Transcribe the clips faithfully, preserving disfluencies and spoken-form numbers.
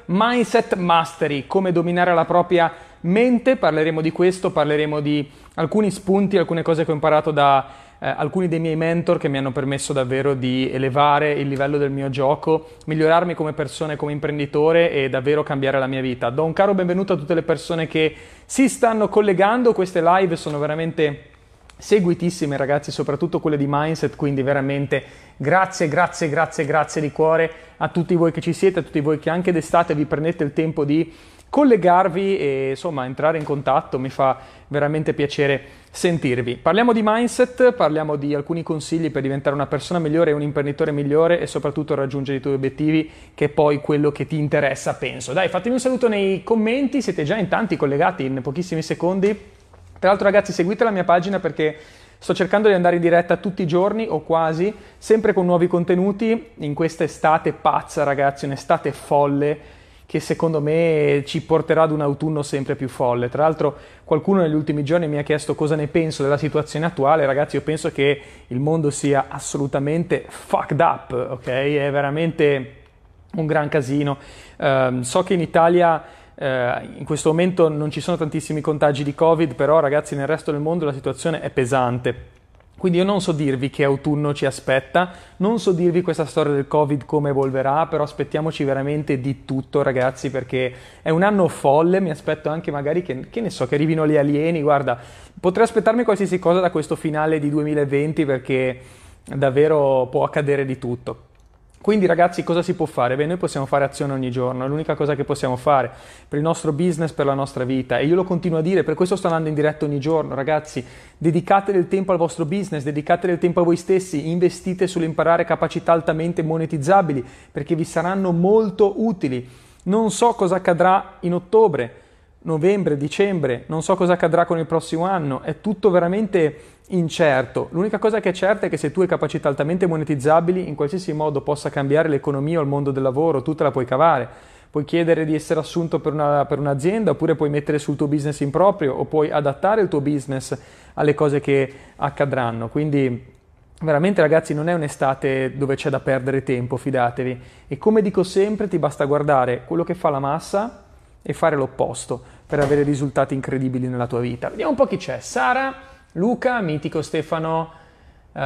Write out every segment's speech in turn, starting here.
Mindset Mastery, come dominare la propria mente. Parleremo di questo, parleremo di alcuni spunti, alcune cose che ho imparato da eh, alcuni dei miei mentor che mi hanno permesso davvero di elevare il livello del mio gioco, migliorarmi come persona e come imprenditore e davvero cambiare la mia vita. Do un caro benvenuto a tutte le persone che si stanno collegando. Queste live sono veramente seguitissime, ragazzi, soprattutto quelle di Mindset, quindi veramente grazie, grazie, grazie, grazie di cuore a tutti voi che ci siete, a tutti voi che anche d'estate vi prendete il tempo di collegarvi e insomma entrare in contatto. Mi fa veramente piacere sentirvi. Parliamo di mindset, parliamo di alcuni consigli per diventare una persona migliore e un imprenditore migliore e soprattutto raggiungere i tuoi obiettivi, che è poi quello che ti interessa, penso. Dai, fatemi un saluto nei commenti, siete già in tanti collegati in pochissimi secondi. Tra l'altro, ragazzi, seguite la mia pagina perché sto cercando di andare in diretta tutti i giorni o quasi, sempre con nuovi contenuti in questa estate pazza, ragazzi, un'estate folle che secondo me ci porterà ad un autunno sempre più folle. Tra l'altro qualcuno negli ultimi giorni mi ha chiesto cosa ne penso della situazione attuale. Ragazzi, io penso che il mondo sia assolutamente fucked up, ok? È veramente un gran casino. Uh, so che in Italia uh, in questo momento non ci sono tantissimi contagi di Covid, però ragazzi nel resto del mondo la situazione è pesante. Quindi io non so dirvi che autunno ci aspetta, non so dirvi questa storia del Covid come evolverà, però aspettiamoci veramente di tutto, ragazzi, perché è un anno folle. Mi aspetto anche magari che, che ne so, che arrivino gli alieni. Guarda, potrei aspettarmi qualsiasi cosa da questo finale di duemilaventi perché davvero può accadere di tutto. Quindi ragazzi, cosa si può fare? Beh, noi possiamo fare azione ogni giorno, è l'unica cosa che possiamo fare per il nostro business, per la nostra vita, e io lo continuo a dire, per questo sto andando in diretta ogni giorno. Ragazzi, dedicate del tempo al vostro business, dedicate del tempo a voi stessi, investite sull'imparare capacità altamente monetizzabili perché vi saranno molto utili. Non so cosa accadrà in ottobre, novembre, dicembre, non so cosa accadrà con il prossimo anno, è tutto veramente incerto. L'unica cosa che è certa è che se tu hai capacità altamente monetizzabili, in qualsiasi modo possa cambiare l'economia o il mondo del lavoro, tu te la puoi cavare. Puoi chiedere di essere assunto per, una, per un'azienda, oppure puoi mettere sul tuo business in proprio, o puoi adattare il tuo business alle cose che accadranno. Quindi veramente, ragazzi, non è un'estate dove c'è da perdere tempo, fidatevi. E come dico sempre, ti basta guardare quello che fa la massa e fare l'opposto per avere risultati incredibili nella tua vita. Vediamo un po' chi c'è. Sara, Luca, Mitico, Stefano, uh,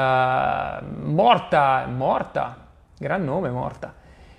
Morta, Morta, gran nome Morta,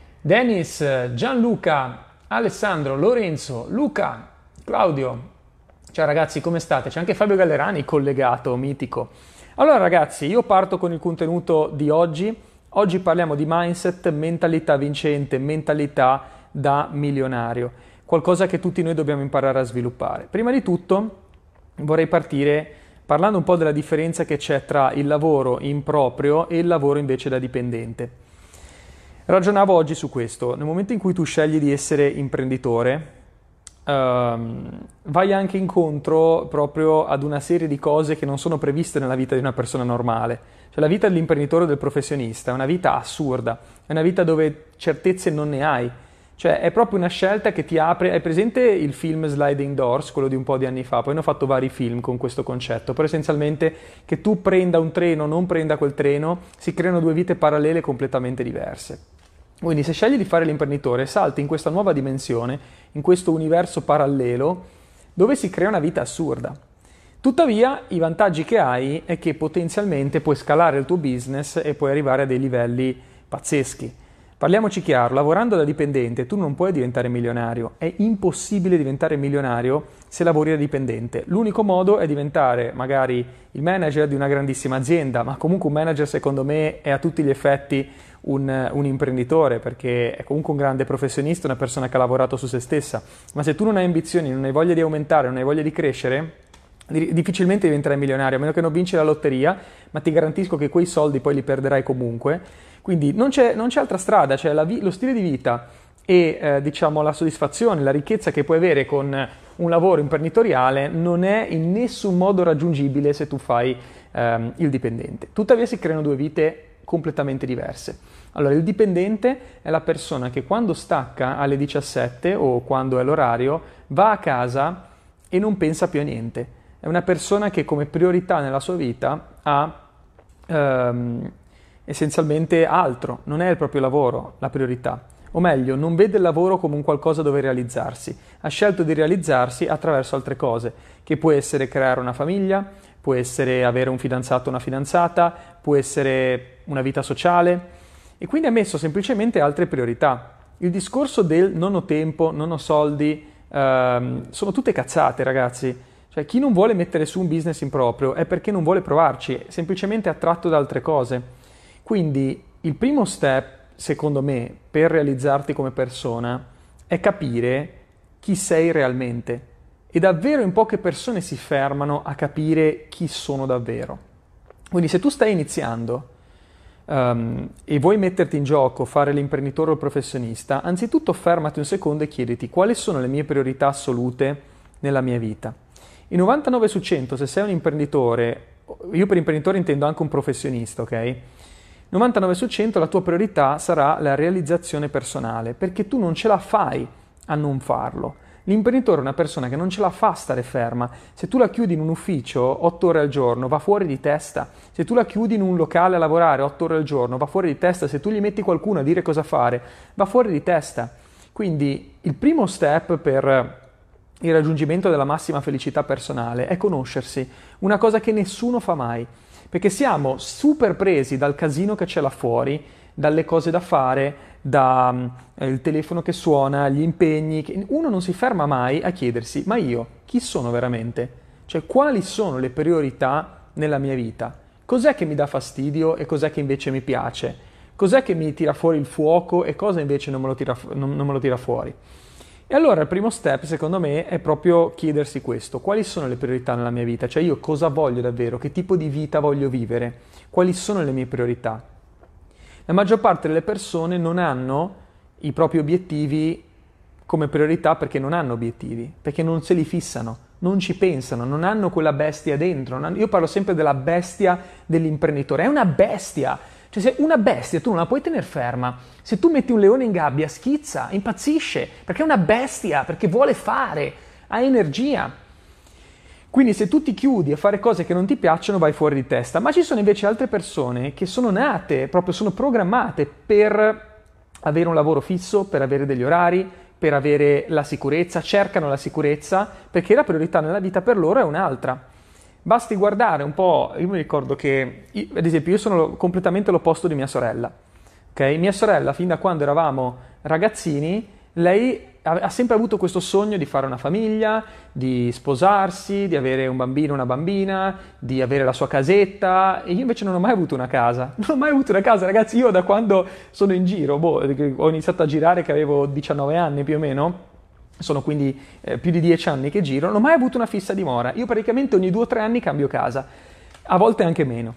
Dennis, Gianluca, Alessandro, Lorenzo, Luca, Claudio. Ciao ragazzi, come state? C'è anche Fabio Gallerani collegato, mitico. Allora ragazzi, io parto con il contenuto di oggi. Oggi parliamo di mindset, mentalità vincente, mentalità da milionario. Qualcosa che tutti noi dobbiamo imparare a sviluppare. Prima di tutto vorrei partire parlando un po' della differenza che c'è tra il lavoro in proprio e il lavoro invece da dipendente. Ragionavo oggi su questo. Nel momento in cui tu scegli di essere imprenditore, ehm, vai anche incontro proprio ad una serie di cose che non sono previste nella vita di una persona normale. Cioè la vita dell'imprenditore o del professionista è una vita assurda, è una vita dove certezze non ne hai. Cioè è proprio una scelta che ti apre. Hai presente il film Sliding Doors, quello di un po' di anni fa? Poi ne ho fatto vari film con questo concetto, però essenzialmente che tu prenda un treno o non prenda quel treno, si creano due vite parallele completamente diverse. Quindi se scegli di fare l'imprenditore, salti in questa nuova dimensione, in questo universo parallelo, dove si crea una vita assurda. Tuttavia i vantaggi che hai è che potenzialmente puoi scalare il tuo business e puoi arrivare a dei livelli pazzeschi. Parliamoci chiaro, lavorando da dipendente tu non puoi diventare milionario, è impossibile diventare milionario se lavori da dipendente. L'unico modo è diventare magari il manager di una grandissima azienda, ma comunque un manager secondo me è a tutti gli effetti un, un imprenditore, perché è comunque un grande professionista, una persona che ha lavorato su se stessa. Ma se tu non hai ambizioni, non hai voglia di aumentare, non hai voglia di crescere, difficilmente diventerai milionario, a meno che non vinci la lotteria, ma ti garantisco che quei soldi poi li perderai comunque. Quindi non c'è, non c'è altra strada, cioè la vi- lo stile di vita e eh, diciamo la soddisfazione, la ricchezza che puoi avere con un lavoro imprenditoriale non è in nessun modo raggiungibile se tu fai ehm, il dipendente. Tuttavia si creano due vite completamente diverse. Allora, il dipendente è la persona che quando stacca alle diciassette o quando è l'orario va a casa e non pensa più a niente. È una persona che come priorità nella sua vita ha ehm, essenzialmente altro, non è il proprio lavoro la priorità. o meglio, non vede il lavoro come un qualcosa dove realizzarsi, ha scelto di realizzarsi attraverso altre cose, che può essere creare una famiglia, può essere avere un fidanzato o una fidanzata, può essere una vita sociale, e quindi ha messo semplicemente altre priorità. Il discorso del non ho tempo, non ho soldi, ehm, sono tutte cazzate, ragazzi. Cioè, chi non vuole mettere su un business in proprio è perché non vuole provarci, è semplicemente attratto da altre cose. Quindi il primo step, secondo me, per realizzarti come persona è capire chi sei realmente. E davvero in poche persone si fermano a capire chi sono davvero. Quindi se tu stai iniziando um, e vuoi metterti in gioco, fare l'imprenditore o il professionista, anzitutto fermati un secondo e chiediti quali sono le mie priorità assolute nella mia vita. Il novantanove su cento, se sei un imprenditore, io per imprenditore intendo anche un professionista, ok? novantanove su cento la tua priorità sarà la realizzazione personale, perché tu non ce la fai a non farlo. L'imprenditore è una persona che non ce la fa a stare ferma. Se tu la chiudi in un ufficio otto ore al giorno, va fuori di testa. Se tu la chiudi in un locale a lavorare otto ore al giorno, va fuori di testa. Se tu gli metti qualcuno a dire cosa fare, va fuori di testa. Quindi il primo step per il raggiungimento della massima felicità personale è conoscersi, una cosa che nessuno fa mai, perché siamo super presi dal casino che c'è là fuori, dalle cose da fare, dal eh, telefono che suona, gli impegni. Che... Uno non si ferma mai a chiedersi, ma io chi sono veramente? Cioè, quali sono le priorità nella mia vita? Cos'è che mi dà fastidio e cos'è che invece mi piace? Cos'è che mi tira fuori il fuoco e cosa invece non me lo tira, non, non me lo tira fuori? E allora il primo step, secondo me, è proprio chiedersi questo. Quali sono le priorità nella mia vita? Cioè io cosa voglio davvero? Che tipo di vita voglio vivere? Quali sono le mie priorità? La maggior parte delle persone non hanno i propri obiettivi come priorità perché non hanno obiettivi, perché non se li fissano, non ci pensano, non hanno quella bestia dentro. Hanno... Io parlo sempre della bestia dell'imprenditore. È una bestia! Cioè, se una bestia tu non la puoi tenere ferma, se tu metti un leone in gabbia schizza, impazzisce, perché è una bestia, perché vuole fare, ha energia. Quindi se tu ti chiudi a fare cose che non ti piacciono vai fuori di testa, ma ci sono invece altre persone che sono nate, proprio sono programmate per avere un lavoro fisso, per avere degli orari, per avere la sicurezza, cercano la sicurezza, perché la priorità nella vita per loro è un'altra. Basti guardare un po', io mi ricordo che, io, ad esempio, io sono completamente l'opposto di mia sorella, ok? Mia sorella, fin da quando eravamo ragazzini, lei ha sempre avuto questo sogno di fare una famiglia, di sposarsi, di avere un bambino, una bambina, di avere la sua casetta, e io invece non ho mai avuto una casa. Non ho mai avuto una casa, ragazzi, io da quando sono in giro, boh, ho iniziato a girare che avevo diciannove anni più o meno, sono quindi eh, più di dieci anni che giro, non ho mai avuto una fissa dimora. Io praticamente ogni due o tre anni cambio casa, a volte anche meno.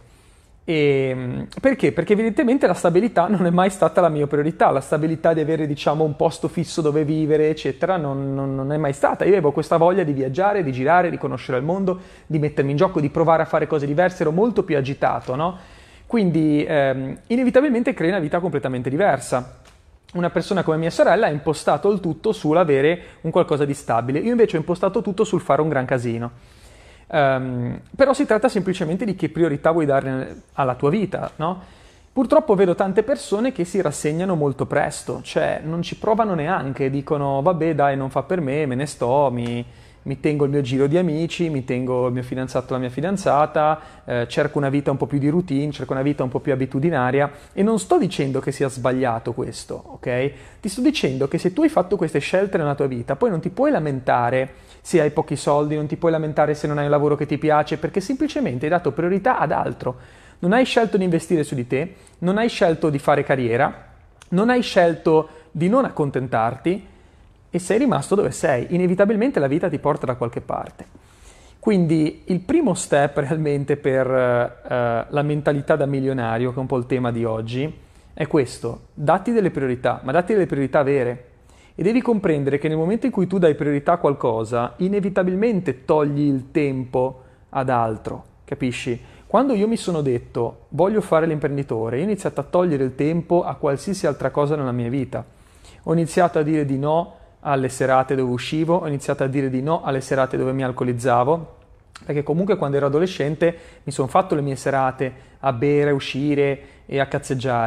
E, perché? Perché evidentemente la stabilità non è mai stata la mia priorità, la stabilità di avere, diciamo, un posto fisso dove vivere, eccetera, non, non, non è mai stata. Io avevo questa voglia di viaggiare, di girare, di conoscere il mondo, di mettermi in gioco, di provare a fare cose diverse, ero molto più agitato, no? Quindi ehm, inevitabilmente crei una vita completamente diversa. Una persona come mia sorella ha impostato il tutto sull'avere un qualcosa di stabile, io invece ho impostato tutto sul fare un gran casino. Um, però si tratta semplicemente di che priorità vuoi dare alla tua vita, no? Purtroppo vedo tante persone che si rassegnano molto presto, cioè non ci provano neanche, dicono vabbè dai non fa per me, me ne sto, mi, mi tengo il mio giro di amici, mi tengo il mio fidanzato o la mia fidanzata, eh, cerco una vita un po' più di routine, cerco una vita un po' più abitudinaria, e non sto dicendo che sia sbagliato questo, ok? Ti sto dicendo che se tu hai fatto queste scelte nella tua vita, poi non ti puoi lamentare se hai pochi soldi, non ti puoi lamentare se non hai un lavoro che ti piace, perché semplicemente hai dato priorità ad altro. Non hai scelto di investire su di te, non hai scelto di fare carriera, non hai scelto di non accontentarti e sei rimasto dove sei. Inevitabilmente la vita ti porta da qualche parte. Quindi il primo step realmente per uh, la mentalità da milionario, che è un po' il tema di oggi, è questo: datti delle priorità, ma datti delle priorità vere. E devi comprendere che nel momento in cui tu dai priorità a qualcosa, inevitabilmente togli il tempo ad altro, capisci? Quando io mi sono detto voglio fare l'imprenditore, io ho iniziato a togliere il tempo a qualsiasi altra cosa nella mia vita. Ho iniziato a dire di no alle serate dove uscivo, ho iniziato a dire di no alle serate dove mi alcolizzavo, perché comunque quando ero adolescente mi sono fatto le mie serate a bere, a uscire e a cazzeggiare.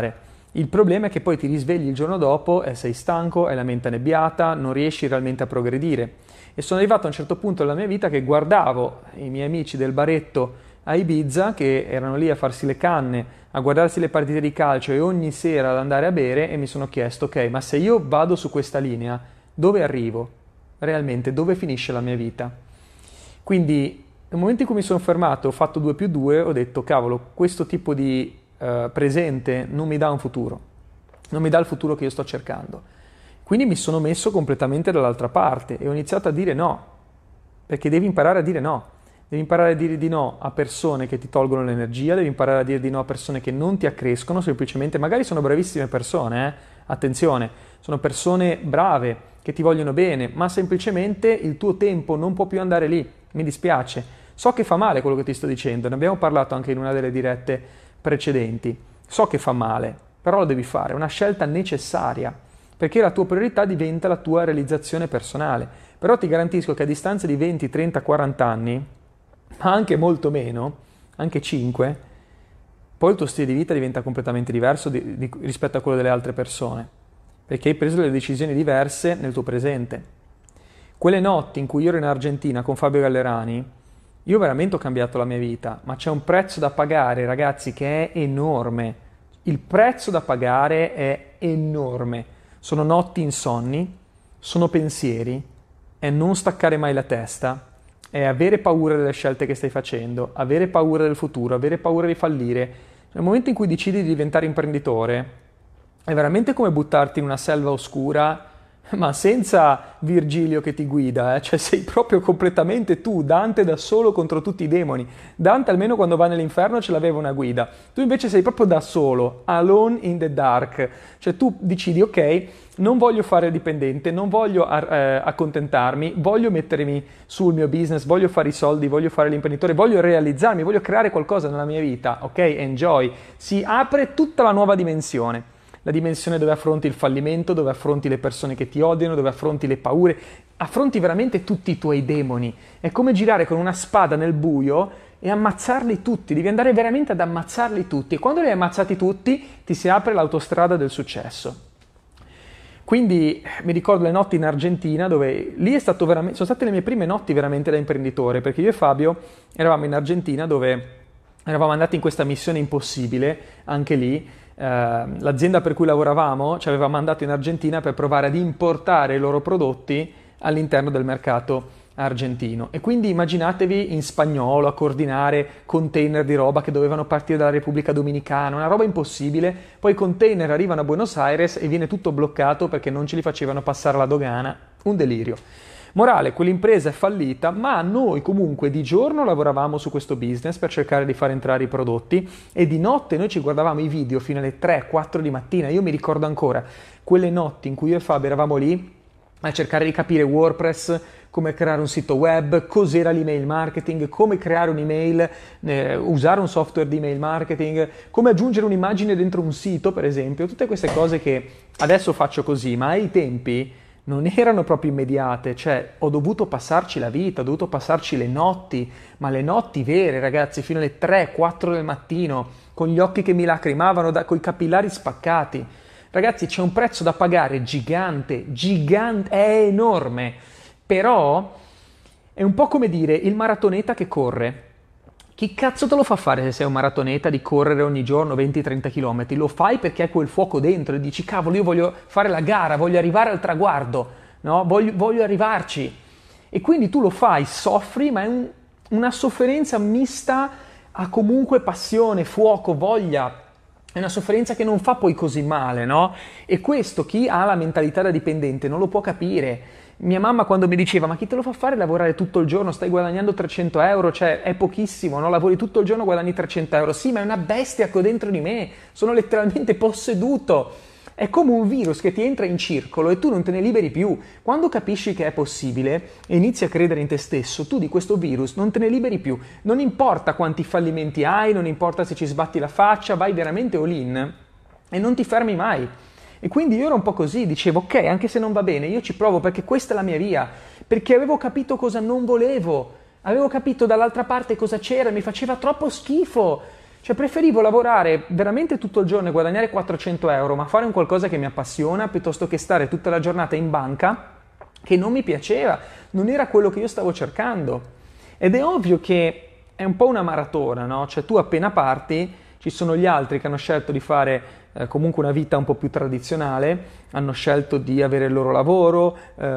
Il problema è che poi ti risvegli il giorno dopo e sei stanco, hai la mente annebbiata, non riesci realmente a progredire. E sono arrivato a un certo punto della mia vita che guardavo i miei amici del baretto a Ibiza, che erano lì a farsi le canne, a guardarsi le partite di calcio e ogni sera ad andare a bere, e mi sono chiesto, ok, ma se io vado su questa linea, dove arrivo? Realmente, dove finisce la mia vita? Quindi, nel momento in cui mi sono fermato, ho fatto due più due, ho detto, cavolo, questo tipo di uh, presente non mi dà un futuro, non mi dà il futuro che io sto cercando. Quindi mi sono messo completamente dall'altra parte e ho iniziato a dire no, perché devi imparare a dire no. Devi imparare a dire di no a persone che ti tolgono l'energia, devi imparare a dire di no a persone che non ti accrescono, semplicemente, magari sono bravissime persone, eh? Attenzione, sono persone brave, che ti vogliono bene, ma semplicemente il tuo tempo non può più andare lì, mi dispiace. So che fa male quello che ti sto dicendo, ne abbiamo parlato anche in una delle dirette precedenti, so che fa male, però lo devi fare, è una scelta necessaria, perché la tua priorità diventa la tua realizzazione personale. Però ti garantisco che a distanza di venti, trenta, quaranta anni, ma anche molto meno, anche cinque, poi il tuo stile di vita diventa completamente diverso di, di, rispetto a quello delle altre persone, perché hai preso delle decisioni diverse nel tuo presente. Quelle notti in cui io ero in Argentina con Fabio Gallerani, io veramente ho cambiato la mia vita, ma c'è un prezzo da pagare, ragazzi, che è enorme. Il prezzo da pagare è enorme. Sono notti insonni, sono pensieri, è non staccare mai la testa, è avere paura delle scelte che stai facendo, avere paura del futuro, avere paura di fallire. Nel momento in cui decidi di diventare imprenditore, è veramente come buttarti in una selva oscura, ma senza Virgilio che ti guida, eh? Cioè sei proprio completamente tu, Dante da solo contro tutti i demoni. Dante almeno quando va nell'inferno ce l'aveva una guida, tu invece sei proprio da solo, alone in the dark, cioè tu decidi ok, non voglio fare dipendente, non voglio eh, accontentarmi, voglio mettermi sul mio business, voglio fare i soldi, voglio fare l'imprenditore, voglio realizzarmi, voglio creare qualcosa nella mia vita, ok? Enjoy, si apre tutta la nuova dimensione. La dimensione dove affronti il fallimento, dove affronti le persone che ti odiano, dove affronti le paure, affronti veramente tutti i tuoi demoni. È come girare con una spada nel buio e ammazzarli tutti, devi andare veramente ad ammazzarli tutti e quando li hai ammazzati tutti ti si apre l'autostrada del successo. Quindi mi ricordo le notti in Argentina dove lì è stato veramente, sono state le mie prime notti veramente da imprenditore, perché io e Fabio eravamo in Argentina dove eravamo andati in questa missione impossibile, anche lì. Uh, l'azienda per cui lavoravamo ci aveva mandato in Argentina per provare ad importare i loro prodotti all'interno del mercato argentino e quindi immaginatevi in spagnolo a coordinare container di roba che dovevano partire dalla Repubblica Dominicana, una roba impossibile, poi i container arrivano a Buenos Aires e viene tutto bloccato perché non ce li facevano passare la dogana, un delirio. Morale, quell'impresa è fallita, ma noi comunque di giorno lavoravamo su questo business per cercare di far entrare i prodotti e di notte noi ci guardavamo i video fino alle tre quattro di mattina. Io mi ricordo ancora quelle notti in cui io e Fabio eravamo lì a cercare di capire WordPress, come creare un sito web, cos'era l'email marketing, come creare un'email, eh, usare un software di email marketing, come aggiungere un'immagine dentro un sito, per esempio. Tutte queste cose che adesso faccio così, ma ai tempi non erano proprio immediate, cioè ho dovuto passarci la vita, ho dovuto passarci le notti, ma le notti vere, ragazzi, fino alle tre quattro del mattino, con gli occhi che mi lacrimavano, da, con i capillari spaccati. Ragazzi, c'è un prezzo da pagare gigante, gigante, è enorme, però è un po' come dire il maratoneta che corre. Chi cazzo te lo fa fare se sei un maratoneta di correre ogni giorno venti trenta chilometri? Lo fai perché hai quel fuoco dentro e dici cavolo io voglio fare la gara, voglio arrivare al traguardo, no? voglio, voglio arrivarci. E quindi tu lo fai, soffri, ma è un, una sofferenza mista a comunque passione, fuoco, voglia. È una sofferenza che non fa poi così male, no? E questo chi ha la mentalità da dipendente non lo può capire. Mia mamma quando mi diceva ma chi te lo fa fare lavorare tutto il giorno, stai guadagnando trecento euro, cioè è pochissimo, no? Lavori tutto il giorno, guadagni trecento euro, sì ma è una bestia che ho dentro di me, sono letteralmente posseduto, è come un virus che ti entra in circolo e tu non te ne liberi più. Quando capisci che è possibile e inizi a credere in te stesso, tu di questo virus non te ne liberi più, non importa quanti fallimenti hai, non importa se ci sbatti la faccia, vai veramente all in e non ti fermi mai. E quindi io ero un po' così, dicevo ok, anche se non va bene, io ci provo perché questa è la mia via, perché avevo capito cosa non volevo, avevo capito dall'altra parte cosa c'era, mi faceva troppo schifo, Cioè preferivo lavorare veramente tutto il giorno e guadagnare quattrocento euro, ma fare un qualcosa che mi appassiona, piuttosto che stare tutta la giornata in banca, che non mi piaceva, non era quello che io stavo cercando. Ed è ovvio che è un po' una maratona, no? Cioè tu appena parti, ci sono gli altri che hanno scelto di fare eh, comunque una vita un po' più tradizionale, hanno scelto di avere il loro lavoro,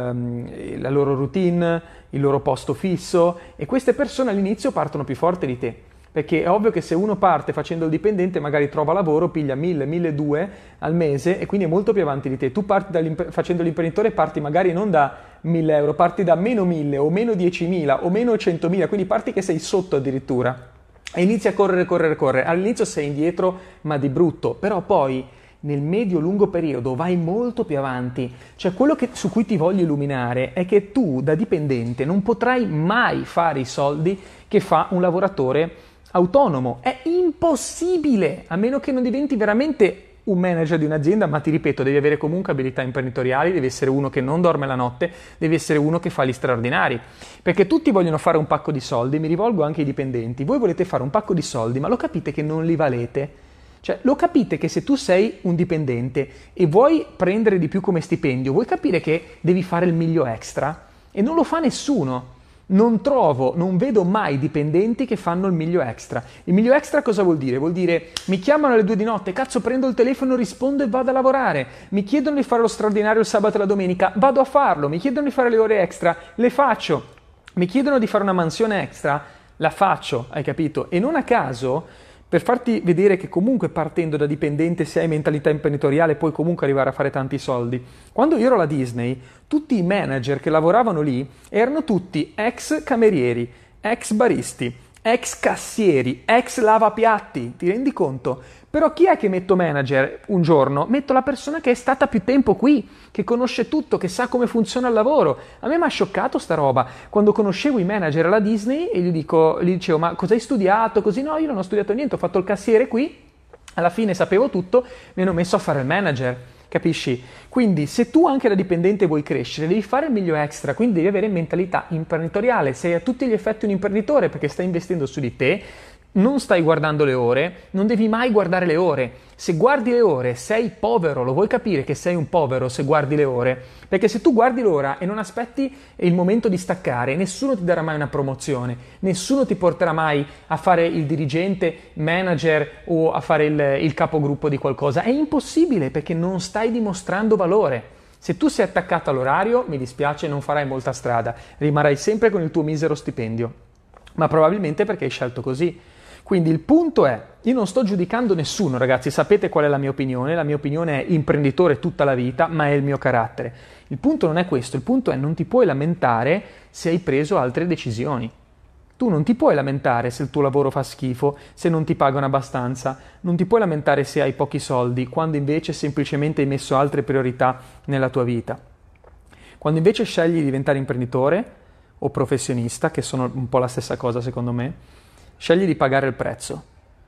ehm, la loro routine, il loro posto fisso, e queste persone all'inizio partono più forti di te. Perché è ovvio che se uno parte facendo il dipendente magari trova lavoro, piglia mille, milleduecento al mese e quindi è molto più avanti di te. Tu parti facendo l'imprenditore, parti magari non da mille euro, parti da meno mille o meno diecimila o meno centomila, quindi parti che sei sotto addirittura e inizi a correre, correre, correre. All'inizio sei indietro ma di brutto, però poi nel medio-lungo periodo vai molto più avanti. Cioè quello che, su cui ti voglio illuminare è che tu da dipendente non potrai mai fare i soldi che fa un lavoratore autonomo. È impossibile, a meno che non diventi veramente un manager di un'azienda, ma ti ripeto, devi avere comunque abilità imprenditoriali, devi essere uno che non dorme la notte, devi essere uno che fa gli straordinari, perché tutti vogliono fare un pacco di soldi, mi rivolgo anche ai dipendenti, voi volete fare un pacco di soldi, ma lo capite che non li valete? Cioè, lo capite che se tu sei un dipendente e vuoi prendere di più come stipendio, vuoi capire che devi fare il miglio extra? E non lo fa nessuno. Non trovo, non vedo mai dipendenti che fanno il miglio extra. Il miglio extra cosa vuol dire? Vuol dire mi chiamano alle due di notte, cazzo prendo il telefono, rispondo e vado a lavorare. Mi chiedono di fare lo straordinario il sabato e la domenica, vado a farlo. Mi chiedono di fare le ore extra, le faccio. Mi chiedono di fare una mansione extra, la faccio, hai capito? E non a caso, per farti vedere che comunque partendo da dipendente, se hai mentalità imprenditoriale, puoi comunque arrivare a fare tanti soldi. Quando io ero alla Disney, tutti i manager che lavoravano lì erano tutti ex camerieri, ex baristi, ex cassieri, ex lavapiatti, ti rendi conto? Però chi è che metto manager un giorno? Metto la persona che è stata più tempo qui, che conosce tutto, che sa come funziona il lavoro. A me mi ha scioccato sta roba. Quando conoscevo i manager alla Disney e gli, dico, gli dicevo ma cosa hai studiato? Così no, io non ho studiato niente, ho fatto il cassiere qui, alla fine sapevo tutto, mi hanno messo a fare il manager. Capisci? Quindi se tu anche da dipendente vuoi crescere, devi fare il miglio extra, quindi devi avere mentalità imprenditoriale, sei a tutti gli effetti un imprenditore perché stai investendo su di te, non stai guardando le ore, non devi mai guardare le ore. Se guardi le ore sei povero, lo vuoi capire che sei un povero se guardi le ore? Perché se tu guardi l'ora e non aspetti il momento di staccare, nessuno ti darà mai una promozione, nessuno ti porterà mai a fare il dirigente, manager o a fare il, il capogruppo di qualcosa. È impossibile perché non stai dimostrando valore. Se tu sei attaccato all'orario, mi dispiace, non farai molta strada, rimarrai sempre con il tuo misero stipendio, ma probabilmente perché hai scelto così. Quindi il punto è, io non sto giudicando nessuno, ragazzi, sapete qual è la mia opinione? La mia opinione è imprenditore tutta la vita, ma è il mio carattere. Il punto non è questo, il punto è non ti puoi lamentare se hai preso altre decisioni. Tu non ti puoi lamentare se il tuo lavoro fa schifo, se non ti pagano abbastanza, non ti puoi lamentare se hai pochi soldi, quando invece semplicemente hai messo altre priorità nella tua vita. Quando invece scegli di diventare imprenditore o professionista, che sono un po' la stessa cosa secondo me, scegli di pagare il prezzo,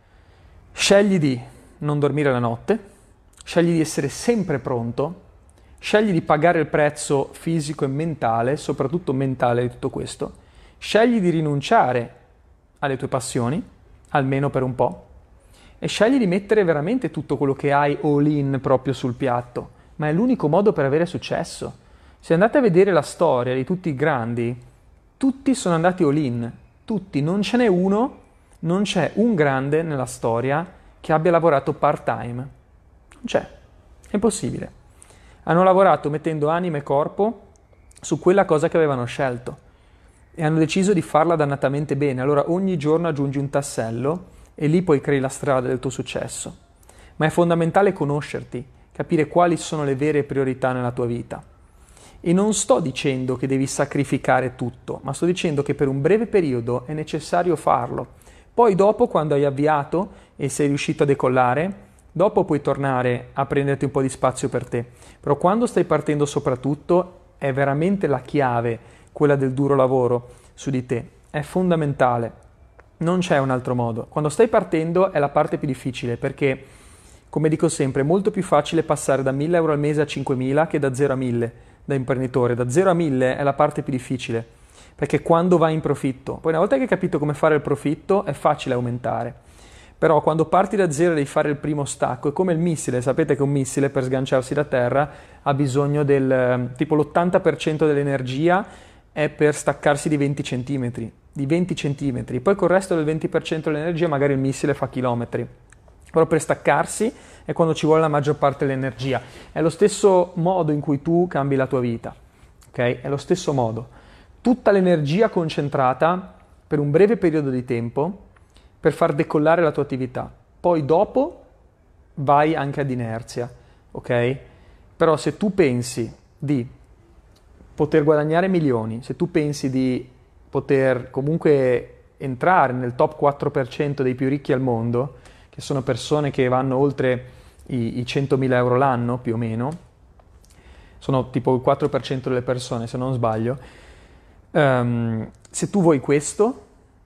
scegli di non dormire la notte, scegli di essere sempre pronto, scegli di pagare il prezzo fisico e mentale, soprattutto mentale di tutto questo, scegli di rinunciare alle tue passioni, almeno per un po', e scegli di mettere veramente tutto quello che hai all in proprio sul piatto, ma è l'unico modo per avere successo. Se andate a vedere la storia di tutti i grandi, tutti sono andati all in, tutti, non ce n'è uno, non c'è un grande nella storia che abbia lavorato part-time. Non c'è, è impossibile. Hanno lavorato mettendo anima e corpo su quella cosa che avevano scelto e hanno deciso di farla dannatamente bene. Allora ogni giorno aggiungi un tassello e lì poi crei la strada del tuo successo. Ma è fondamentale conoscerti, capire quali sono le vere priorità nella tua vita. E non sto dicendo che devi sacrificare tutto, ma sto dicendo che per un breve periodo è necessario farlo. Poi dopo, quando hai avviato e sei riuscito a decollare, dopo puoi tornare a prenderti un po' di spazio per te. Però quando stai partendo soprattutto è veramente la chiave, quella del duro lavoro su di te. È fondamentale. Non c'è un altro modo. Quando stai partendo è la parte più difficile perché, come dico sempre, è molto più facile passare da mille euro al mese a cinquemila che da zero a mille da imprenditore. Da zero a mille è la parte più difficile. Perché quando vai in profitto, poi una volta che hai capito come fare il profitto è facile aumentare, Però quando parti da zero devi fare il primo stacco, è come il missile, sapete che un missile per sganciarsi da terra ha bisogno del, tipo l'ottanta per cento dell'energia è per staccarsi di venti centimetri, di venti centimetri, poi col resto del venti per cento dell'energia magari il missile fa chilometri, però per staccarsi è quando ci vuole la maggior parte dell'energia. È lo stesso modo in cui tu cambi la tua vita, ok? È lo stesso modo. Tutta l'energia concentrata per un breve periodo di tempo per far decollare la tua attività. Poi dopo vai anche ad inerzia, ok? Però se tu pensi di poter guadagnare milioni, se tu pensi di poter comunque entrare nel top quattro per cento dei più ricchi al mondo, che sono persone che vanno oltre i, i centomila euro l'anno più o meno, sono tipo il quattro per cento delle persone se non sbaglio, um, se tu vuoi questo,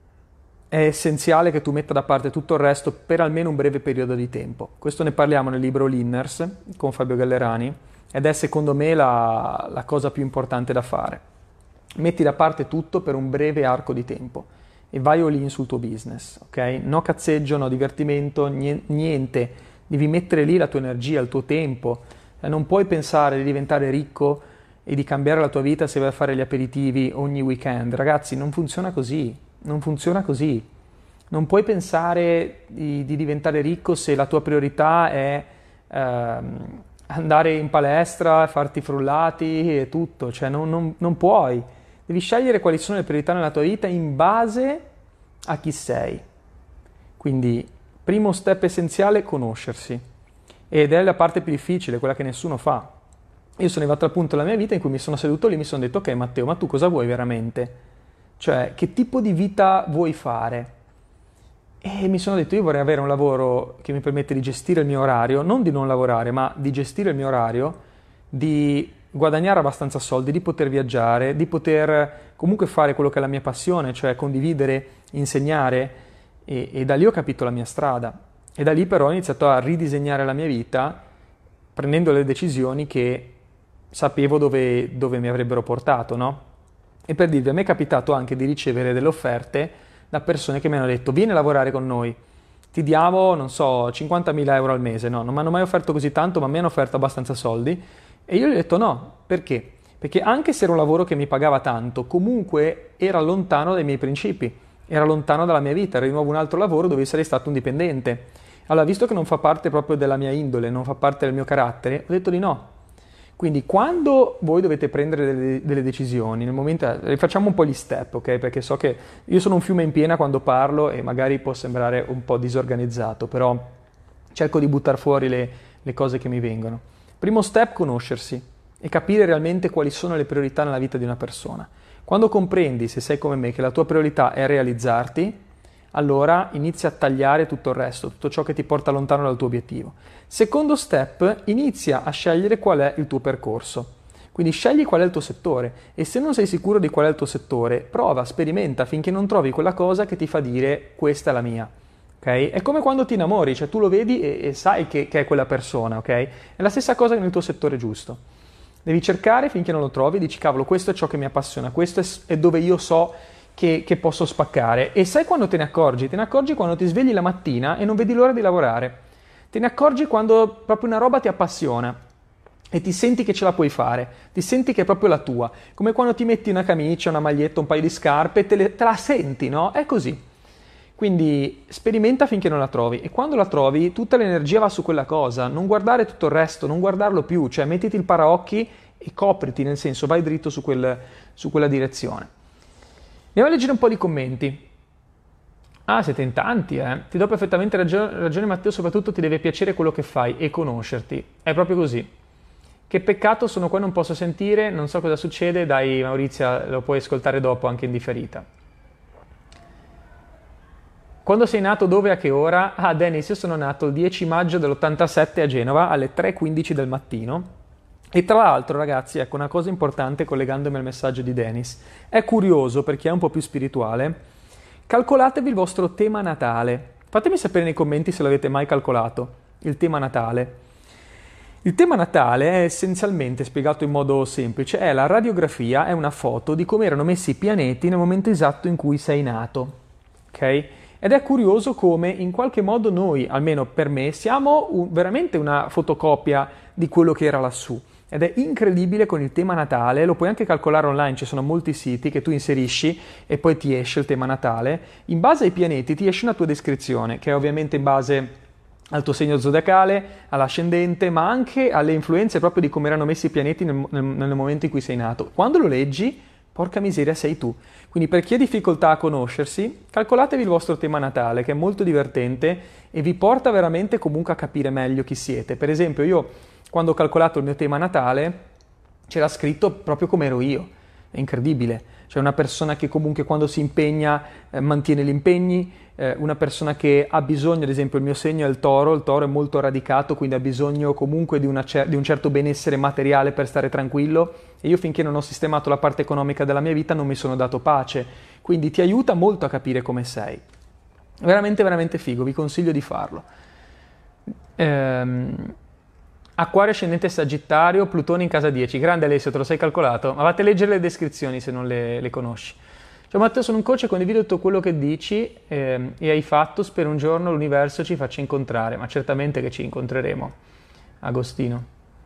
è essenziale che tu metta da parte tutto il resto per almeno un breve periodo di tempo. Questo ne parliamo nel libro Linners con Fabio Gallerani ed è secondo me la, la cosa più importante da fare. Metti da parte tutto per un breve arco di tempo e vai all in sul tuo business, ok? No cazzeggio, no divertimento, niente. Devi mettere lì la tua energia, il tuo tempo. Non puoi pensare di diventare ricco e di cambiare la tua vita se vai a fare gli aperitivi ogni weekend. Ragazzi, non funziona così. Non funziona così. Non puoi pensare di, di diventare ricco se la tua priorità è ehm, andare in palestra, farti frullati e tutto. Cioè non, non, non puoi. Devi scegliere quali sono le priorità nella tua vita in base a chi sei. Quindi, primo step essenziale, conoscersi. Ed è la parte più difficile, quella che nessuno fa. Io sono arrivato al punto della mia vita in cui mi sono seduto lì e mi sono detto: ok Matteo, ma tu cosa vuoi veramente? Cioè, che tipo di vita vuoi fare? E mi sono detto, io vorrei avere un lavoro che mi permette di gestire il mio orario, non di non lavorare, ma di gestire il mio orario, di guadagnare abbastanza soldi, di poter viaggiare, di poter comunque fare quello che è la mia passione, cioè condividere, insegnare, e, e da lì ho capito la mia strada. E da lì però ho iniziato a ridisegnare la mia vita, prendendo le decisioni che sapevo dove, dove mi avrebbero portato, no? E per dirvi, a me è capitato anche di ricevere delle offerte da persone che mi hanno detto: vieni a lavorare con noi, ti diamo, non so, cinquantamila euro al mese. No, non mi hanno mai offerto così tanto, ma mi hanno offerto abbastanza soldi. E io gli ho detto no, perché? Perché anche se era un lavoro che mi pagava tanto, comunque era lontano dai miei principi, era lontano dalla mia vita, era di nuovo un altro lavoro dove sarei stato un dipendente. Allora, visto che non fa parte proprio della mia indole, non fa parte del mio carattere, ho detto di no. Quindi quando voi dovete prendere delle, delle decisioni, nel momento, rifacciamo un po' gli step, ok? Perché so che io sono un fiume in piena quando parlo e magari può sembrare un po' disorganizzato, però cerco di buttare fuori le, le cose che mi vengono. Primo step, conoscersi e capire realmente quali sono le priorità nella vita di una persona. Quando comprendi, se sei come me, che la tua priorità è realizzarti, allora inizia a tagliare tutto il resto, tutto ciò che ti porta lontano dal tuo obiettivo. Secondo step, inizia a scegliere qual è il tuo percorso. Quindi scegli qual è il tuo settore e se non sei sicuro di qual è il tuo settore, prova, sperimenta finché non trovi quella cosa che ti fa dire questa è la mia. Okay? È come quando ti innamori, cioè tu lo vedi e, e sai che, che è quella persona, ok? È la stessa cosa che nel tuo settore giusto. Devi cercare finché non lo trovi, dici cavolo, questo è ciò che mi appassiona, questo è, è dove io so Che, che posso spaccare. E sai quando te ne accorgi? Te ne accorgi quando ti svegli la mattina e non vedi l'ora di lavorare. Te ne accorgi quando proprio una roba ti appassiona e ti senti che ce la puoi fare, ti senti che è proprio la tua. Come quando ti metti una camicia, una maglietta, un paio di scarpe e te, le, te la senti, no? È così. Quindi sperimenta finché non la trovi e quando la trovi tutta l'energia va su quella cosa, non guardare tutto il resto, non guardarlo più, cioè mettiti il paraocchi e copriti, nel senso vai dritto su, quel, su quella direzione. Andiamo a leggere un po' di commenti. Ah, siete in tanti, eh? Ti do perfettamente ragione, ragione Matteo, soprattutto ti deve piacere quello che fai e conoscerti. È proprio così. Che peccato, sono qua e non posso sentire, non so cosa succede, dai Maurizia, lo puoi ascoltare dopo anche in differita. Quando sei nato, dove, a che ora? Ah, Dennis, io sono nato il dieci maggio dell'ottantasette a Genova alle tre e quindici del mattino. E tra l'altro, ragazzi, ecco una cosa importante collegandomi al messaggio di Dennis. È curioso, per chi è un po' più spirituale, calcolatevi il vostro tema natale. Fatemi sapere nei commenti se l'avete mai calcolato, il tema natale. Il tema natale è essenzialmente, spiegato in modo semplice, è la radiografia, è una foto di come erano messi i pianeti nel momento esatto in cui sei nato. Ok? Ed è curioso come in qualche modo noi, almeno per me, siamo un, veramente una fotocopia di quello che era lassù. Ed è incredibile con il tema Natale, lo puoi anche calcolare online, ci sono molti siti che tu inserisci e poi ti esce il tema Natale. In base ai pianeti ti esce una tua descrizione, che è ovviamente in base al tuo segno zodiacale, all'ascendente, ma anche alle influenze proprio di come erano messi i pianeti nel, nel, nel momento in cui sei nato. Quando lo leggi, porca miseria, sei tu. Quindi per chi ha difficoltà a conoscersi, calcolatevi il vostro tema natale, che è molto divertente e vi porta veramente comunque a capire meglio chi siete. Per esempio, io quando ho calcolato il mio tema natale, c'era scritto proprio come ero io. È incredibile. Cioè una persona che comunque quando si impegna eh, mantiene gli impegni, eh, una persona che ha bisogno, ad esempio il mio segno è il toro, il toro è molto radicato, quindi ha bisogno comunque di, una cer- di un certo benessere materiale per stare tranquillo, e io finché non ho sistemato la parte economica della mia vita non mi sono dato pace, quindi ti aiuta molto a capire come sei. Veramente, veramente figo, vi consiglio di farlo. Ehm... Acquario ascendente Sagittario, Plutone in casa dieci. Grande Alessio, te lo sei calcolato? Ma vate a leggere le descrizioni se non le, le conosci. Ciao Matteo, sono un coach e condivido tutto quello che dici eh, e hai fatto. Spero un giorno l'universo ci faccia incontrare, ma certamente che ci incontreremo. Agostino.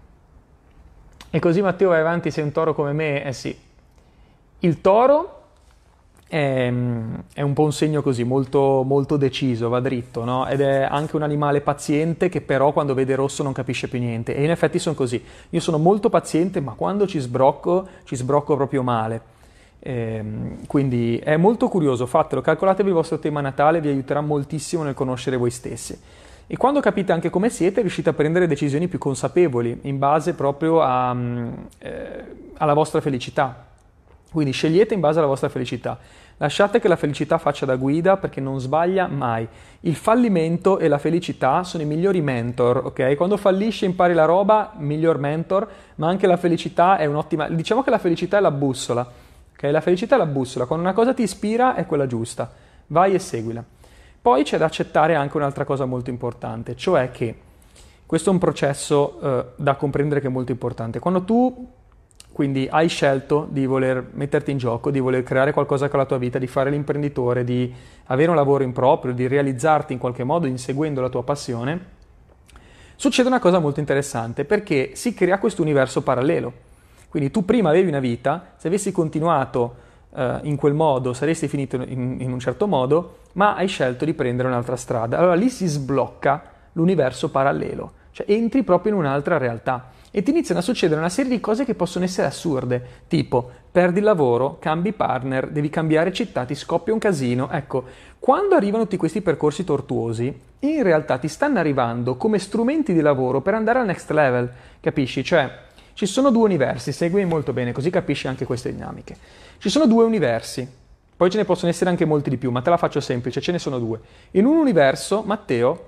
E così Matteo vai avanti, sei un toro come me? Eh sì. Il toro è, è un po' un segno così, molto, molto deciso, va dritto, no? Ed è anche un animale paziente che però quando vede rosso non capisce più niente. E in effetti sono così. Io sono molto paziente, ma quando ci sbrocco, ci sbrocco proprio male. Ehm, quindi è molto curioso, fatelo, calcolatevi il vostro tema natale, vi aiuterà moltissimo nel conoscere voi stessi. E quando capite anche come siete, riuscite a prendere decisioni più consapevoli, in base proprio a, eh, alla vostra felicità. Quindi scegliete in base alla vostra felicità. Lasciate che la felicità faccia da guida perché non sbaglia mai. Il fallimento e la felicità sono i migliori mentor, ok? Quando fallisci impari la roba, miglior mentor, ma anche la felicità è un'ottima... Diciamo che la felicità è la bussola, ok? La felicità è la bussola. Quando una cosa ti ispira è quella giusta. Vai e seguila. Poi c'è da accettare anche un'altra cosa molto importante, cioè che questo è un processo eh, da comprendere che è molto importante. Quando tu quindi hai scelto di voler metterti in gioco, di voler creare qualcosa con la tua vita, di fare l'imprenditore, di avere un lavoro in proprio, di realizzarti in qualche modo inseguendo la tua passione, succede una cosa molto interessante perché si crea questo universo parallelo. Quindi tu prima avevi una vita, se avessi continuato eh, in quel modo saresti finito in, in un certo modo, ma hai scelto di prendere un'altra strada. Allora lì si sblocca l'universo parallelo, cioè entri proprio in un'altra realtà. E ti iniziano a succedere una serie di cose che possono essere assurde, tipo perdi il lavoro, cambi partner, devi cambiare città, ti scoppia un casino. Ecco, quando arrivano tutti questi percorsi tortuosi, in realtà ti stanno arrivando come strumenti di lavoro per andare al next level, capisci? Cioè, ci sono due universi, seguimi molto bene, così capisci anche queste dinamiche. Ci sono due universi, poi ce ne possono essere anche molti di più, ma te la faccio semplice, ce ne sono due. In un universo, Matteo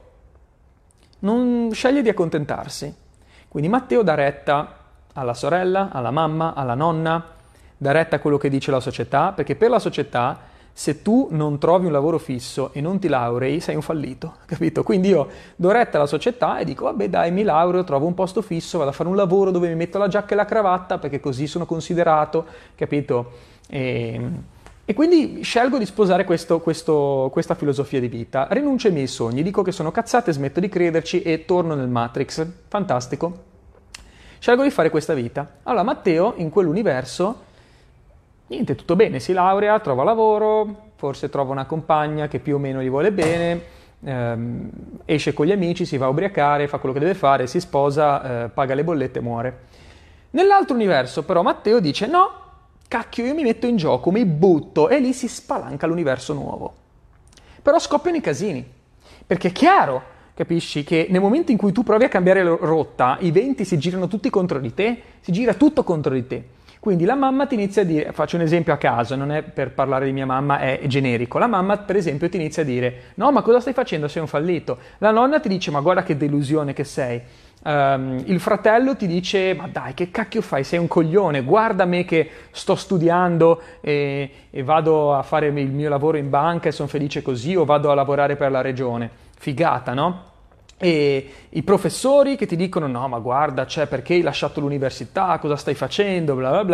non sceglie di accontentarsi. Quindi Matteo dà retta alla sorella, alla mamma, alla nonna, dà retta a quello che dice la società, perché per la società se tu non trovi un lavoro fisso e non ti laurei sei un fallito, capito? Quindi io do retta alla società e dico vabbè dai mi laureo, trovo un posto fisso, vado a fare un lavoro dove mi metto la giacca e la cravatta perché così sono considerato, capito? E, e quindi scelgo di sposare questo, questo, questa filosofia di vita, rinuncio ai miei sogni, dico che sono cazzate, smetto di crederci e torno nel Matrix. Fantastico. Scelgo di fare questa vita. Allora Matteo in quell'universo, niente, tutto bene, si laurea, trova lavoro, forse trova una compagna che più o meno gli vuole bene, ehm, esce con gli amici, si va a ubriacare, fa quello che deve fare, si sposa, eh, paga le bollette e muore. Nell'altro universo però Matteo dice no, cacchio, io mi metto in gioco, mi butto, e lì si spalanca l'universo nuovo. Però scoppiano i casini, perché è chiaro, capisci, che nel momento in cui tu provi a cambiare rotta, i venti si girano tutti contro di te, si gira tutto contro di te. Quindi la mamma ti inizia a dire, faccio un esempio a caso, non è per parlare di mia mamma, è generico. La mamma, per esempio, ti inizia a dire, no, ma cosa stai facendo? Sei un fallito. La nonna ti dice, ma guarda che delusione che sei. Um, il fratello ti dice, ma dai, che cacchio fai? Sei un coglione, guarda me che sto studiando e, e vado a fare il mio lavoro in banca e sono felice così, o vado a lavorare per la regione. Figata, no? E i professori che ti dicono no ma guarda, cioè perché hai lasciato l'università, cosa stai facendo, bla bla bla,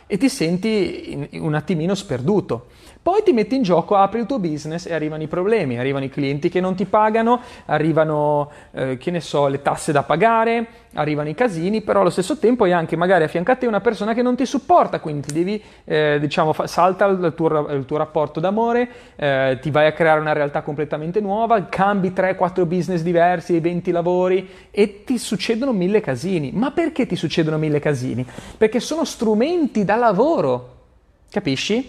e ti senti in, in un attimino sperduto. Poi ti metti in gioco, apri il tuo business e arrivano i problemi, arrivano i clienti che non ti pagano, arrivano, eh, che ne so, le tasse da pagare, arrivano i casini, però allo stesso tempo hai anche magari a fianco a te una persona che non ti supporta, quindi ti devi, eh, diciamo, fa, salta il tuo, il tuo rapporto d'amore, eh, ti vai a creare una realtà completamente nuova, cambi tre quattro business diversi, venti lavori e ti succedono mille casini. Ma perché ti succedono mille casini? Perché sono strumenti da lavoro, capisci?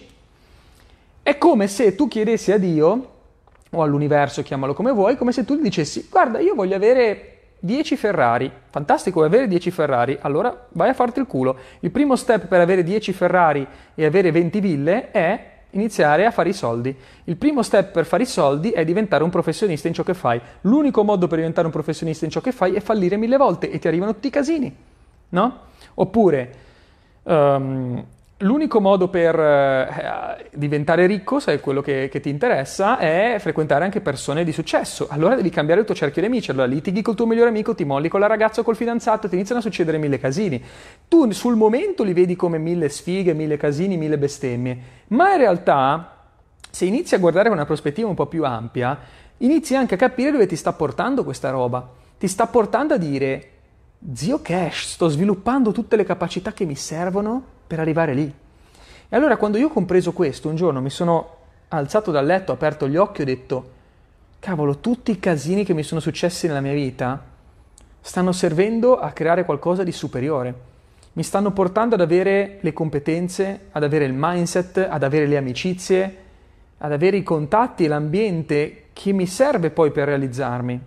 È come se tu chiedessi a Dio, o all'universo, chiamalo come vuoi, come se tu gli dicessi, guarda, io voglio avere dieci Ferrari, fantastico, vuoi avere dieci Ferrari, allora vai a farti il culo. Il primo step per avere dieci Ferrari e avere venti ville è iniziare a fare i soldi. Il primo step per fare i soldi è diventare un professionista in ciò che fai. L'unico modo per diventare un professionista in ciò che fai è fallire mille volte e ti arrivano tutti i casini, no? Oppure... Um, L'unico modo per eh, diventare ricco, se è quello che, che ti interessa, è frequentare anche persone di successo. Allora devi cambiare il tuo cerchio di amici. Allora litighi col tuo migliore amico, ti molli con la ragazza o col fidanzato, ti iniziano a succedere mille casini. Tu sul momento li vedi come mille sfighe, mille casini, mille bestemmie. Ma in realtà, se inizi a guardare con una prospettiva un po' più ampia, inizi anche a capire dove ti sta portando questa roba. Ti sta portando a dire, zio Cash, sto sviluppando tutte le capacità che mi servono per arrivare lì. E allora quando io ho compreso questo, un giorno mi sono alzato dal letto, ho aperto gli occhi e ho detto, cavolo, tutti i casini che mi sono successi nella mia vita stanno servendo a creare qualcosa di superiore. Mi stanno portando ad avere le competenze, ad avere il mindset, ad avere le amicizie, ad avere i contatti e l'ambiente che mi serve poi per realizzarmi.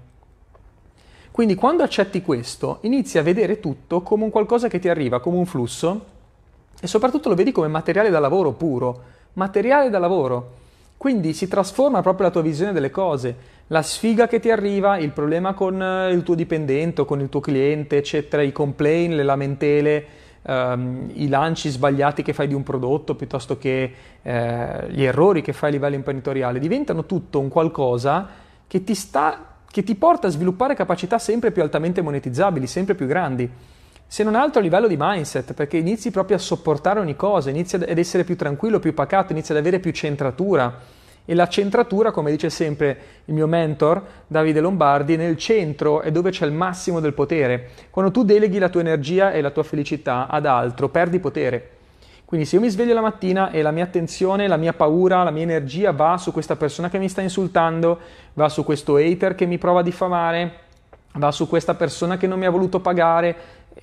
Quindi quando accetti questo, inizi a vedere tutto come un qualcosa che ti arriva, come un flusso, e soprattutto lo vedi come materiale da lavoro puro, materiale da lavoro. Quindi si trasforma proprio la tua visione delle cose, la sfiga che ti arriva, il problema con il tuo dipendente o con il tuo cliente, eccetera, i complaint, le lamentele, ehm, i lanci sbagliati che fai di un prodotto piuttosto che eh, gli errori che fai a livello imprenditoriale, diventano tutto un qualcosa che ti sta, che ti porta a sviluppare capacità sempre più altamente monetizzabili, sempre più grandi. Se non altro a livello di mindset, perché inizi proprio a sopportare ogni cosa, inizi ad essere più tranquillo, più pacato, inizi ad avere più centratura. E la centratura, come dice sempre il mio mentor, Davide Lombardi, nel centro è dove c'è il massimo del potere. Quando tu deleghi la tua energia e la tua felicità ad altro, perdi potere. Quindi se io mi sveglio la mattina e la mia attenzione, la mia paura, la mia energia va su questa persona che mi sta insultando, va su questo hater che mi prova a diffamare, va su questa persona che non mi ha voluto pagare,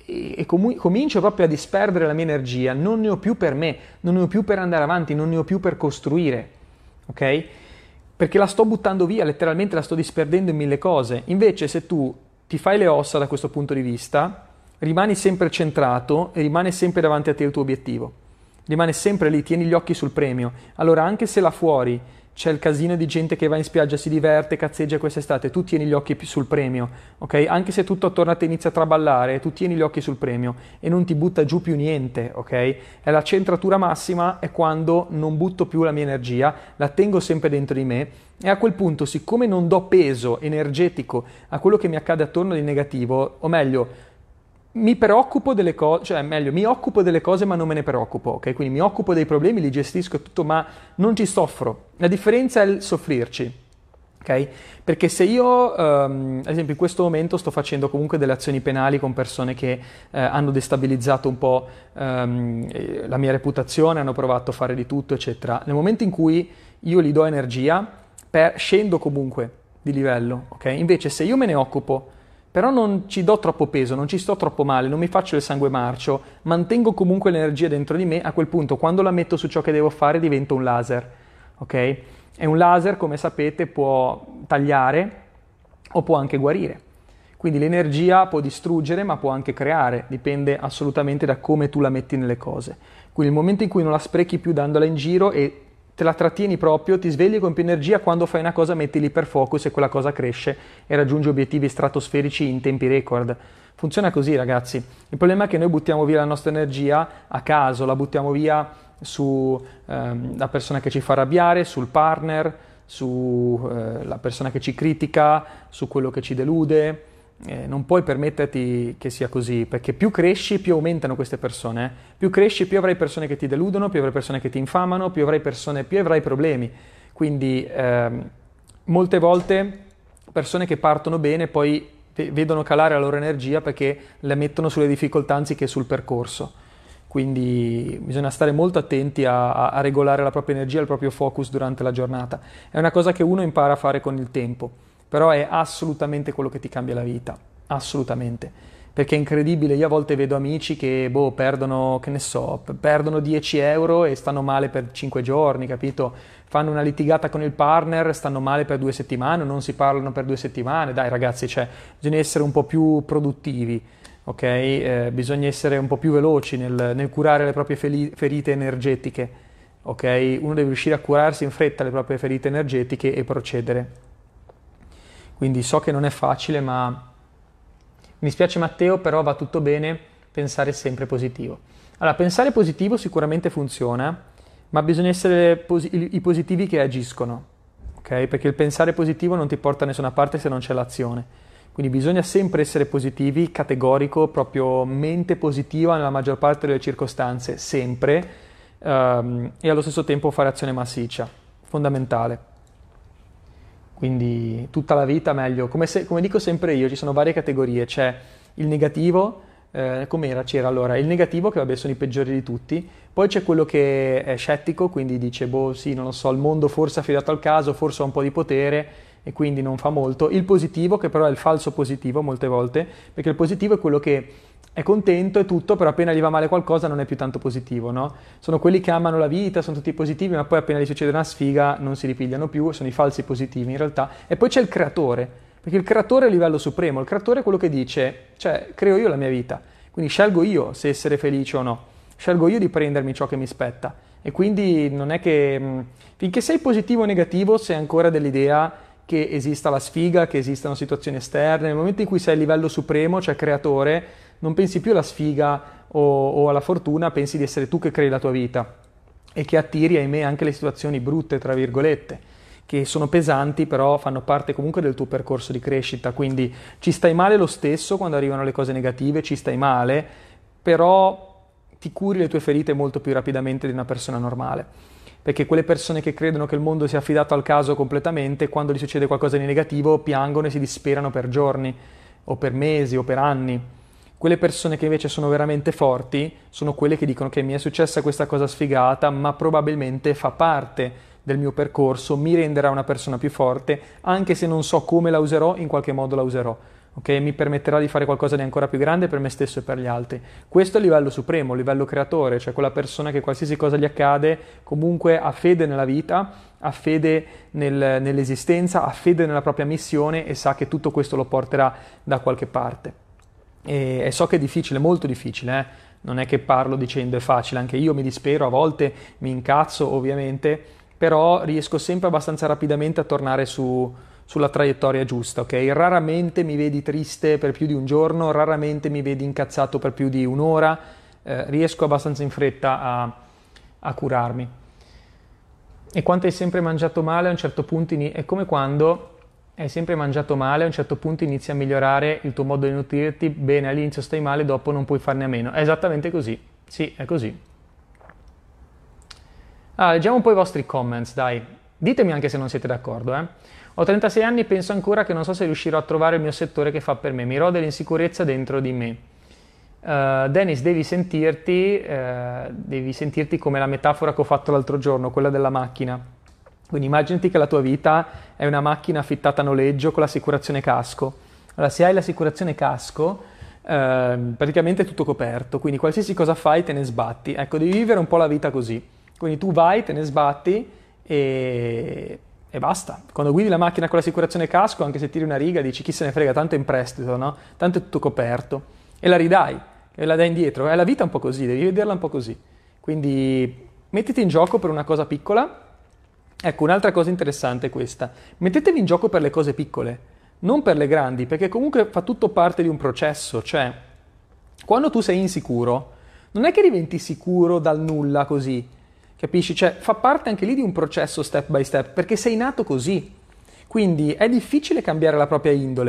e com- comincio proprio a disperdere la mia energia, non ne ho più per me, non ne ho più per andare avanti, non ne ho più per costruire, ok? Perché la sto buttando via, letteralmente la sto disperdendo in mille cose. Invece se tu ti fai le ossa da questo punto di vista, rimani sempre centrato e rimane sempre davanti a te il tuo obiettivo, rimane sempre lì, tieni gli occhi sul premio. Allora anche se là fuori c'è il casino di gente che va in spiaggia, si diverte, cazzeggia quest'estate, tu tieni gli occhi sul premio, ok? Anche se tutto attorno a te inizia a traballare, tu tieni gli occhi sul premio e non ti butta giù più niente, ok? È la centratura massima, è quando non butto più la mia energia, la tengo sempre dentro di me e a quel punto, siccome non do peso energetico a quello che mi accade attorno di negativo, o meglio, mi preoccupo delle cose, cioè meglio, mi occupo delle cose ma non me ne preoccupo, ok? Quindi mi occupo dei problemi, li gestisco e tutto, ma non ci soffro. La differenza è il soffrirci, ok? Perché se io, um, ad esempio in questo momento sto facendo comunque delle azioni penali con persone che eh, hanno destabilizzato un po' um, la mia reputazione, hanno provato a fare di tutto, eccetera. Nel momento in cui io gli do energia, per, scendo comunque di livello, ok? Invece se io me ne occupo, però non ci do troppo peso, non ci sto troppo male, non mi faccio il sangue marcio, mantengo comunque l'energia dentro di me, a quel punto quando la metto su ciò che devo fare divento un laser, ok? E un laser, come sapete, può tagliare o può anche guarire. Quindi l'energia può distruggere ma può anche creare, dipende assolutamente da come tu la metti nelle cose. Quindi il momento in cui non la sprechi più dandola in giro e te la trattieni proprio, ti svegli con più energia, quando fai una cosa metti l'iperfocus e quella cosa cresce e raggiunge obiettivi stratosferici in tempi record. Funziona così, ragazzi. Il problema è che noi buttiamo via la nostra energia a caso, la buttiamo via sulla ehm, persona che ci fa arrabbiare, sul partner, sulla eh, persona che ci critica, su quello che ci delude, Eh, non puoi permetterti che sia così, perché più cresci, più aumentano queste persone. eh. Più cresci, più avrai persone che ti deludono, più avrai persone che ti infamano, più avrai persone, più avrai problemi. Quindi ehm, molte volte persone che partono bene poi ve- vedono calare la loro energia perché la mettono sulle difficoltà anziché sul percorso. Quindi bisogna stare molto attenti a, a- a regolare la propria energia, il proprio focus durante la giornata. È una cosa che uno impara a fare con il tempo, però è assolutamente quello che ti cambia la vita, assolutamente. Perché è incredibile, io a volte vedo amici che boh, perdono, che ne so, p- perdono dieci euro e stanno male per cinque giorni, capito? Fanno una litigata con il partner, stanno male per due settimane, non si parlano per due settimane. Dai ragazzi, cioè, bisogna essere un po' più produttivi. Ok? Eh, bisogna essere un po' più veloci nel, nel curare le proprie feli- ferite energetiche, ok? Uno deve riuscire a curarsi in fretta le proprie ferite energetiche e procedere. Quindi so che non è facile, ma mi dispiace Matteo, però va tutto bene pensare sempre positivo. Allora, pensare positivo sicuramente funziona, ma bisogna essere posi- i i positivi che agiscono, ok? Perché il pensare positivo non ti porta da nessuna parte se non c'è l'azione. Quindi bisogna sempre essere positivi, categorico, proprio mente positiva nella maggior parte delle circostanze, sempre, ehm, e allo stesso tempo fare azione massiccia, fondamentale. Quindi tutta la vita meglio. Come, se- come dico sempre io, ci sono varie categorie, c'è il negativo, eh, com'era? C'era allora il negativo, che vabbè sono i peggiori di tutti, poi c'è quello che è scettico, quindi dice, boh sì, non lo so, il mondo forse è affidato al caso, forse ha un po' di potere, e quindi non fa molto. Il positivo, che però è il falso positivo molte volte, perché il positivo è quello che è contento e tutto, però appena gli va male qualcosa non è più tanto positivo, no? Sono quelli che amano la vita, sono tutti positivi, ma poi appena gli succede una sfiga non si ripigliano più, sono i falsi positivi in realtà. E poi c'è il creatore, perché il creatore è il livello supremo, il creatore è quello che dice, cioè, creo io la mia vita, quindi scelgo io se essere felice o no, scelgo io di prendermi ciò che mi spetta. E quindi non è che, mh, finché sei positivo o negativo, sei ancora dell'idea che esista la sfiga, che esistano situazioni esterne. Nel momento in cui sei a livello supremo, cioè creatore, non pensi più alla sfiga o, o alla fortuna, pensi di essere tu che crei la tua vita e che attiri, ahimè, anche le situazioni brutte, tra virgolette, che sono pesanti, però fanno parte comunque del tuo percorso di crescita. Quindi ci stai male lo stesso quando arrivano le cose negative, ci stai male, però ti curi le tue ferite molto più rapidamente di una persona normale. Perché quelle persone che credono che il mondo sia affidato al caso completamente, quando gli succede qualcosa di negativo, piangono e si disperano per giorni, o per mesi, o per anni. Quelle persone che invece sono veramente forti sono quelle che dicono che mi è successa questa cosa sfigata, ma probabilmente fa parte del mio percorso, mi renderà una persona più forte, anche se non so come la userò, in qualche modo la userò. Okay? Mi permetterà di fare qualcosa di ancora più grande per me stesso e per gli altri. Questo è il livello supremo, il livello creatore, cioè quella persona che qualsiasi cosa gli accade comunque ha fede nella vita, ha fede nel, nell'esistenza, ha fede nella propria missione e sa che tutto questo lo porterà da qualche parte. E, e so che è difficile, molto difficile, eh? Non è che parlo dicendo è facile, anche io mi dispero, a volte mi incazzo ovviamente, però riesco sempre abbastanza rapidamente a tornare su sulla traiettoria giusta, ok? Raramente mi vedi triste per più di un giorno, raramente mi vedi incazzato per più di un'ora, eh, riesco abbastanza in fretta a, a curarmi. E quando hai sempre mangiato male, a un certo punto ini- è come quando hai sempre mangiato male, a un certo punto inizi a migliorare il tuo modo di nutrirti, bene, all'inizio stai male, dopo non puoi farne a meno. È esattamente così, sì, è così. Ah, leggiamo un po' i vostri comments, dai. Ditemi anche se non siete d'accordo, eh. Ho trentasei anni e penso ancora che non so se riuscirò a trovare il mio settore che fa per me. Mi rode l'insicurezza dentro di me. Uh, Dennis, devi sentirti, uh, devi sentirti come la metafora che ho fatto l'altro giorno, quella della macchina. Quindi immaginati che la tua vita è una macchina affittata a noleggio con l'assicurazione casco. Allora, se hai l'assicurazione casco, uh, praticamente è tutto coperto, quindi qualsiasi cosa fai te ne sbatti. Ecco, devi vivere un po' la vita così. Quindi tu vai, te ne sbatti e... e basta. Quando guidi la macchina con l'assicurazione casco, anche se tiri una riga, dici chi se ne frega, tanto è in prestito, no? Tanto è tutto coperto. E la ridai, e la dai indietro. È la vita un po' così, devi vederla un po' così. Quindi mettiti in gioco per una cosa piccola. Ecco, un'altra cosa interessante è questa. Mettetevi in gioco per le cose piccole, non per le grandi, perché comunque fa tutto parte di un processo. Cioè, quando tu sei insicuro, non è che diventi sicuro dal nulla così. Capisci? Cioè, fa parte anche lì di un processo step by step, perché sei nato così. Quindi è difficile cambiare la propria indole.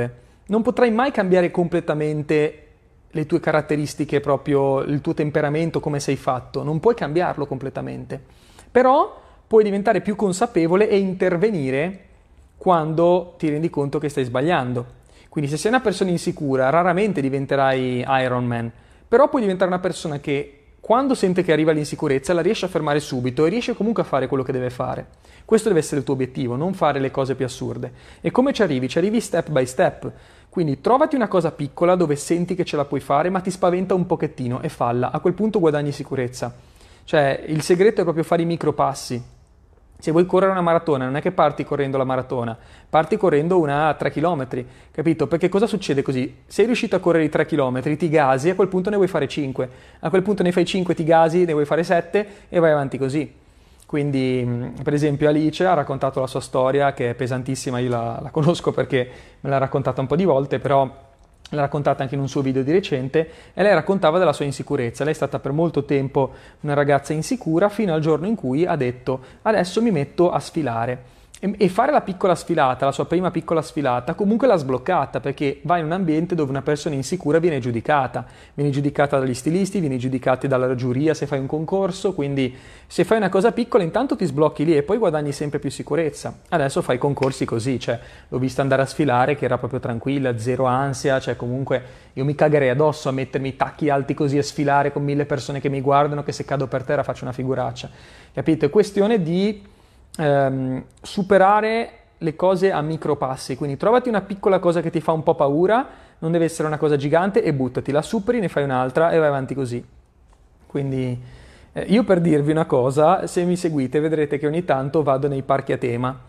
non potrai mai cambiare completamente le tue caratteristiche, proprio il tuo temperamento, come sei fatto, non puoi cambiarlo completamente, però puoi diventare più consapevole e intervenire quando ti rendi conto che stai sbagliando. Quindi se sei una persona insicura, raramente diventerai Iron Man, però puoi diventare una persona che quando sente che arriva l'insicurezza la riesce a fermare subito e riesce comunque a fare quello che deve fare. Questo deve essere il tuo obiettivo, non fare le cose più assurde. E come ci arrivi? Ci arrivi step by step. Quindi trovati una cosa piccola dove senti che ce la puoi fare, ma ti spaventa un pochettino e falla. A quel punto guadagni sicurezza. Cioè, il segreto è proprio fare i micropassi. Se vuoi correre una maratona, non è che parti correndo la maratona, parti correndo una tre chilometri, capito? Perché cosa succede così? Sei riuscito a correre i tre chilometri, ti gasi, a quel punto ne vuoi fare cinque. A quel punto ne fai cinque, ti gasi, ne vuoi fare sette e vai avanti così. Quindi, per esempio, Alice ha raccontato la sua storia, che è pesantissima, io la, la conosco perché me l'ha raccontata un po' di volte, però l'ha raccontata anche in un suo video di recente, e lei raccontava della sua insicurezza. Lei è stata per molto tempo una ragazza insicura, fino al giorno in cui ha detto adesso mi metto a sfilare. E fare la piccola sfilata, la sua prima piccola sfilata, comunque l'ha sbloccata, perché va in un ambiente dove una persona insicura viene giudicata. Viene giudicata dagli stilisti, viene giudicata dalla giuria se fai un concorso, quindi se fai una cosa piccola intanto ti sblocchi lì e poi guadagni sempre più sicurezza. Adesso fai concorsi così, cioè l'ho vista andare a sfilare che era proprio tranquilla, zero ansia, cioè comunque io mi cagherei addosso a mettermi tacchi alti così e sfilare con mille persone che mi guardano, che se cado per terra faccio una figuraccia. Capito? È questione di Ehm, superare le cose a micropassi, quindi trovati una piccola cosa che ti fa un po' paura, non deve essere una cosa gigante, e buttati, la superi, ne fai un'altra e vai avanti così. Quindi eh, io, per dirvi una cosa, se mi seguite vedrete che ogni tanto vado nei parchi a tema,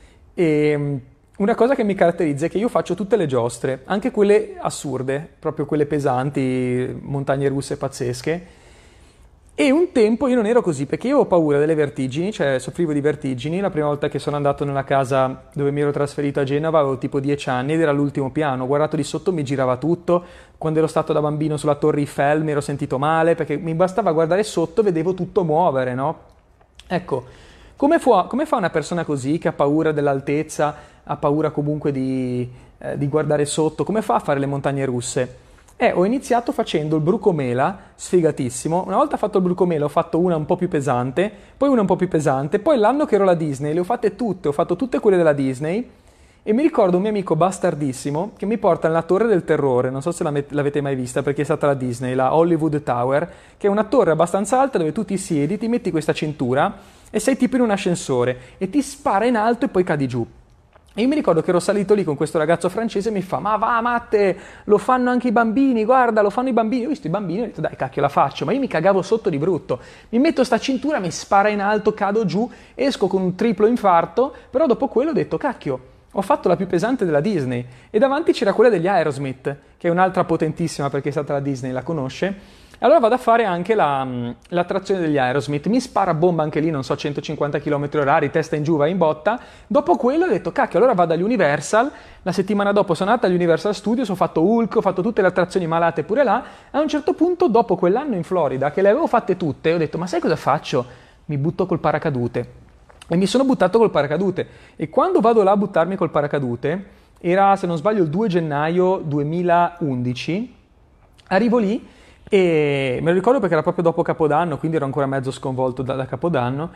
e una cosa che mi caratterizza è che io faccio tutte le giostre, anche quelle assurde, proprio quelle pesanti, montagne russe pazzesche. E un tempo io non ero così, perché io avevo paura delle vertigini, cioè soffrivo di vertigini. La prima volta che sono andato nella casa dove mi ero trasferito a Genova avevo tipo dieci anni ed era l'ultimo piano, ho guardato di sotto, mi girava tutto. Quando ero stato da bambino sulla Torre Eiffel mi ero sentito male, perché mi bastava guardare sotto, vedevo tutto muovere, no? Ecco, come, fu, come fa una persona così, che ha paura dell'altezza, ha paura comunque di, eh, di guardare sotto, come fa a fare le montagne russe? Eh, ho iniziato facendo il brucomela, sfigatissimo. Una volta fatto il brucomela ho fatto una un po' più pesante, poi una un po' più pesante, poi l'anno che ero alla Disney le ho fatte tutte, ho fatto tutte quelle della Disney, e mi ricordo un mio amico bastardissimo che mi porta nella Torre del Terrore, non so se l'avete mai vista perché è stata la Disney, la Hollywood Tower, che è una torre abbastanza alta dove tu ti siedi, ti metti questa cintura e sei tipo in un ascensore e ti spara in alto e poi cadi giù. E io mi ricordo che ero salito lì con questo ragazzo francese e mi fa: ma va Matte, lo fanno anche i bambini, guarda, lo fanno i bambini. Io ho visto i bambini e ho detto dai cacchio la faccio, ma io mi cagavo sotto di brutto. Mi metto sta cintura, mi spara in alto, cado giù, esco con un triplo infarto, però dopo quello ho detto cacchio, ho fatto la più pesante della Disney. E davanti c'era quella degli Aerosmith, che è un'altra potentissima perché è stata la Disney, la conosce. Allora vado a fare anche la, l'attrazione degli Aerosmith, mi spara bomba anche lì, non so, centocinquanta chilometri orari, testa in giù, va in botta. Dopo quello ho detto, cacchio, allora vado agli Universal. La settimana dopo sono andata agli Universal Studios, ho fatto Hulk, ho fatto tutte le attrazioni malate pure là. A un certo punto, dopo quell'anno in Florida, che le avevo fatte tutte, ho detto, ma sai cosa faccio? Mi butto col paracadute. E mi sono buttato col paracadute. E quando vado là a buttarmi col paracadute, era, se non sbaglio, il due gennaio duemilaundici, arrivo lì, e me lo ricordo perché era proprio dopo Capodanno, quindi ero ancora mezzo sconvolto da, da Capodanno.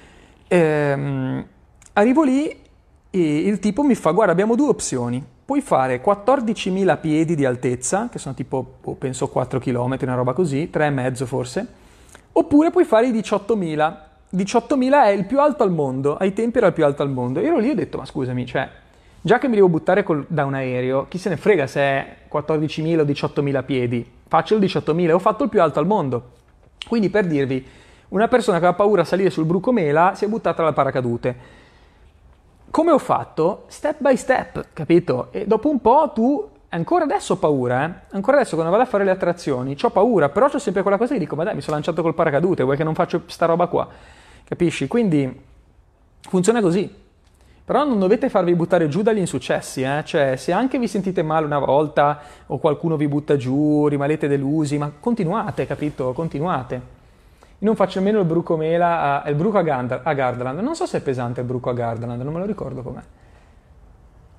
Ehm, arrivo lì e il tipo mi fa: guarda, abbiamo due opzioni, puoi fare quattordicimila piedi di altezza, che sono tipo, oh, penso quattro chilometri, una roba così, tre e mezzo forse, oppure puoi fare i diciottomila. diciottomila è il più alto al mondo, ai tempi era il più alto al mondo. Io ero lì e ho detto, ma scusami, cioè, già che mi devo buttare col, da un aereo, chi se ne frega se è quattordicimila o diciottomila piedi, faccio il diciottomila e ho fatto il più alto al mondo. Quindi, per dirvi, una persona che aveva paura a salire sul brucomela si è buttata dal paracadute. Come ho fatto? Step by step, capito? E dopo un po' tu, ancora adesso ho paura, eh? Ancora adesso quando vado a fare le attrazioni c'ho paura, però c'ho sempre quella cosa che dico, ma dai, mi sono lanciato col paracadute, vuoi che non faccio sta roba qua? Capisci? Quindi funziona così. Però non dovete farvi buttare giù dagli insuccessi, eh? Cioè, se anche vi sentite male una volta o qualcuno vi butta giù, rimanete delusi, ma continuate, capito? Continuate. Io non faccio nemmeno il brucomela, a, il bruco a, Gand- a Gardaland. Non so se è pesante il bruco a Gardaland, non me lo ricordo com'è.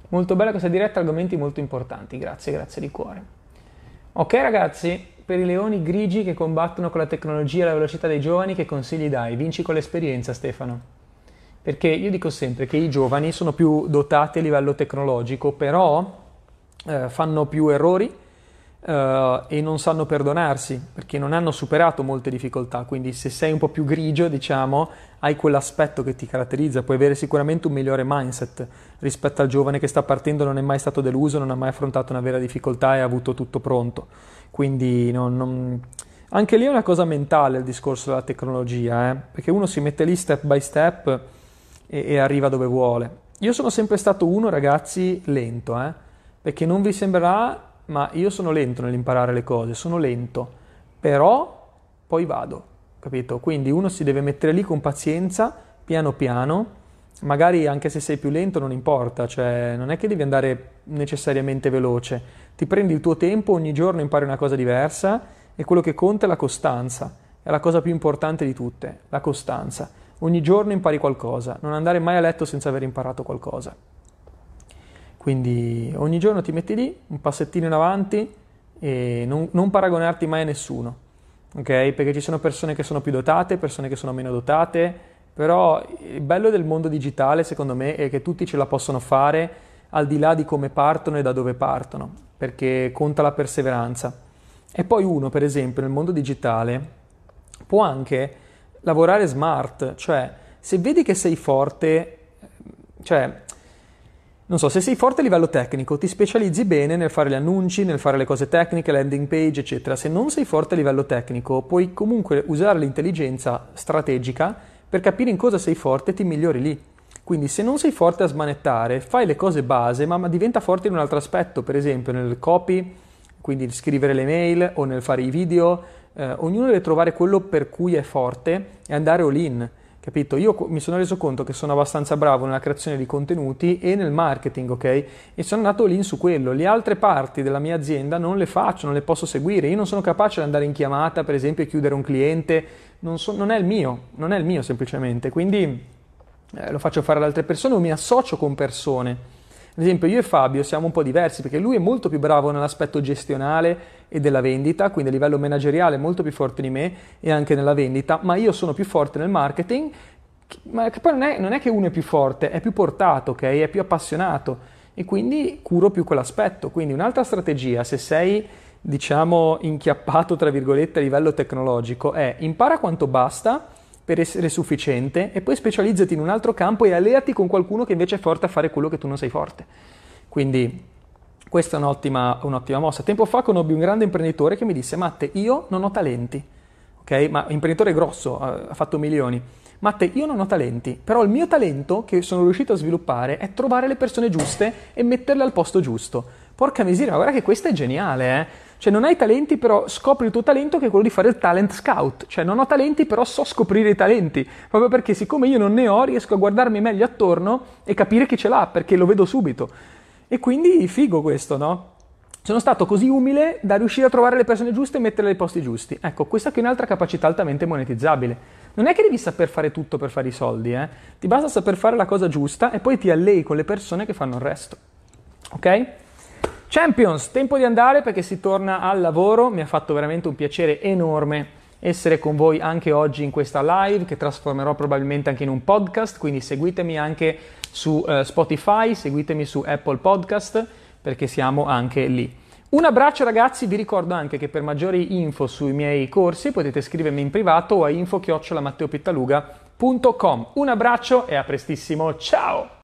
Molto bella questa diretta, argomenti molto importanti, grazie, grazie di cuore. Ok ragazzi, per i leoni grigi che combattono con la tecnologia e la velocità dei giovani, che consigli dai? Vinci con l'esperienza, Stefano. Perché io dico sempre che i giovani sono più dotati a livello tecnologico, però eh, fanno più errori, Uh, e non sanno perdonarsi perché non hanno superato molte difficoltà. Quindi se sei un po' più grigio, diciamo, hai quell'aspetto che ti caratterizza, puoi avere sicuramente un migliore mindset rispetto al giovane che sta partendo, non è mai stato deluso, non ha mai affrontato una vera difficoltà e ha avuto tutto pronto. Quindi non, non... anche lì è una cosa mentale il discorso della tecnologia, eh? Perché uno si mette lì step by step e, e arriva dove vuole. Io sono sempre stato uno, ragazzi, lento, eh? Perché non vi sembrerà, ma io sono lento nell'imparare le cose, sono lento, però poi vado, capito? Quindi uno si deve mettere lì con pazienza, piano piano, magari anche se sei più lento non importa, cioè non è che devi andare necessariamente veloce, ti prendi il tuo tempo, ogni giorno impari una cosa diversa e quello che conta è la costanza, è la cosa più importante di tutte, la costanza. Ogni giorno impari qualcosa, non andare mai a letto senza aver imparato qualcosa. Quindi ogni giorno ti metti lì, un passettino in avanti e non, non paragonarti mai a nessuno, ok? Perché ci sono persone che sono più dotate, persone che sono meno dotate, però il bello del mondo digitale secondo me è che tutti ce la possono fare al di là di come partono e da dove partono, perché conta la perseveranza. E poi uno, per esempio, nel mondo digitale può anche lavorare smart, cioè se vedi che sei forte, cioè... Non so, se sei forte a livello tecnico, ti specializzi bene nel fare gli annunci, nel fare le cose tecniche, landing page, eccetera. Se non sei forte a livello tecnico, puoi comunque usare l'intelligenza strategica per capire in cosa sei forte e ti migliori lì. Quindi se non sei forte a smanettare, fai le cose base, ma, ma diventa forte in un altro aspetto, per esempio nel copy, quindi scrivere le mail o nel fare i video. Eh, ognuno deve trovare quello per cui è forte e andare all in. Capito? Io mi sono reso conto che sono abbastanza bravo nella creazione di contenuti e nel marketing, ok? E sono andato lì su quello. Le altre parti della mia azienda non le faccio, non le posso seguire. Io non sono capace di andare in chiamata, per esempio, e chiudere un cliente. Non, so, non è il mio, non è il mio semplicemente. Quindi eh, lo faccio fare ad altre persone o mi associo con persone. Ad esempio io e Fabio siamo un po' diversi perché lui è molto più bravo nell'aspetto gestionale e della vendita, quindi a livello manageriale è molto più forte di me e anche nella vendita, ma io sono più forte nel marketing, ma che poi non è, non è che uno è più forte, è più portato, ok? È più appassionato e quindi curo più quell'aspetto. Quindi un'altra strategia, se sei diciamo inchiappato tra virgolette a livello tecnologico, è impara quanto basta per essere sufficiente e poi specializzati in un altro campo e alleati con qualcuno che invece è forte a fare quello che tu non sei forte. Quindi questa è un'ottima, un'ottima mossa. Tempo fa conobbi un grande imprenditore che mi disse: Matte, io non ho talenti, ok? Ma imprenditore grosso, ha fatto milioni. Matte, io non ho talenti, però il mio talento che sono riuscito a sviluppare è trovare le persone giuste e metterle al posto giusto. Porca miseria, ma guarda che questo è geniale, eh? Cioè non hai talenti, però scopri il tuo talento che è quello di fare il talent scout. Cioè non ho talenti, però so scoprire i talenti. Proprio perché siccome io non ne ho, riesco a guardarmi meglio attorno e capire chi ce l'ha, perché lo vedo subito. E quindi figo questo, no? Sono stato così umile da riuscire a trovare le persone giuste e metterle ai posti giusti. Ecco, questa qui è un'altra capacità altamente monetizzabile. Non è che devi saper fare tutto per fare i soldi, eh? Ti basta saper fare la cosa giusta e poi ti allei con le persone che fanno il resto. Ok? Champions, tempo di andare perché si torna al lavoro. Mi ha fatto veramente un piacere enorme essere con voi anche oggi in questa live che trasformerò probabilmente anche in un podcast, quindi seguitemi anche su uh, Spotify, seguitemi su Apple Podcast perché siamo anche lì. Un abbraccio ragazzi, vi ricordo anche che per maggiori info sui miei corsi potete scrivermi in privato o a info chiocciola matteo pittaluga punto com. Un abbraccio e a prestissimo, ciao!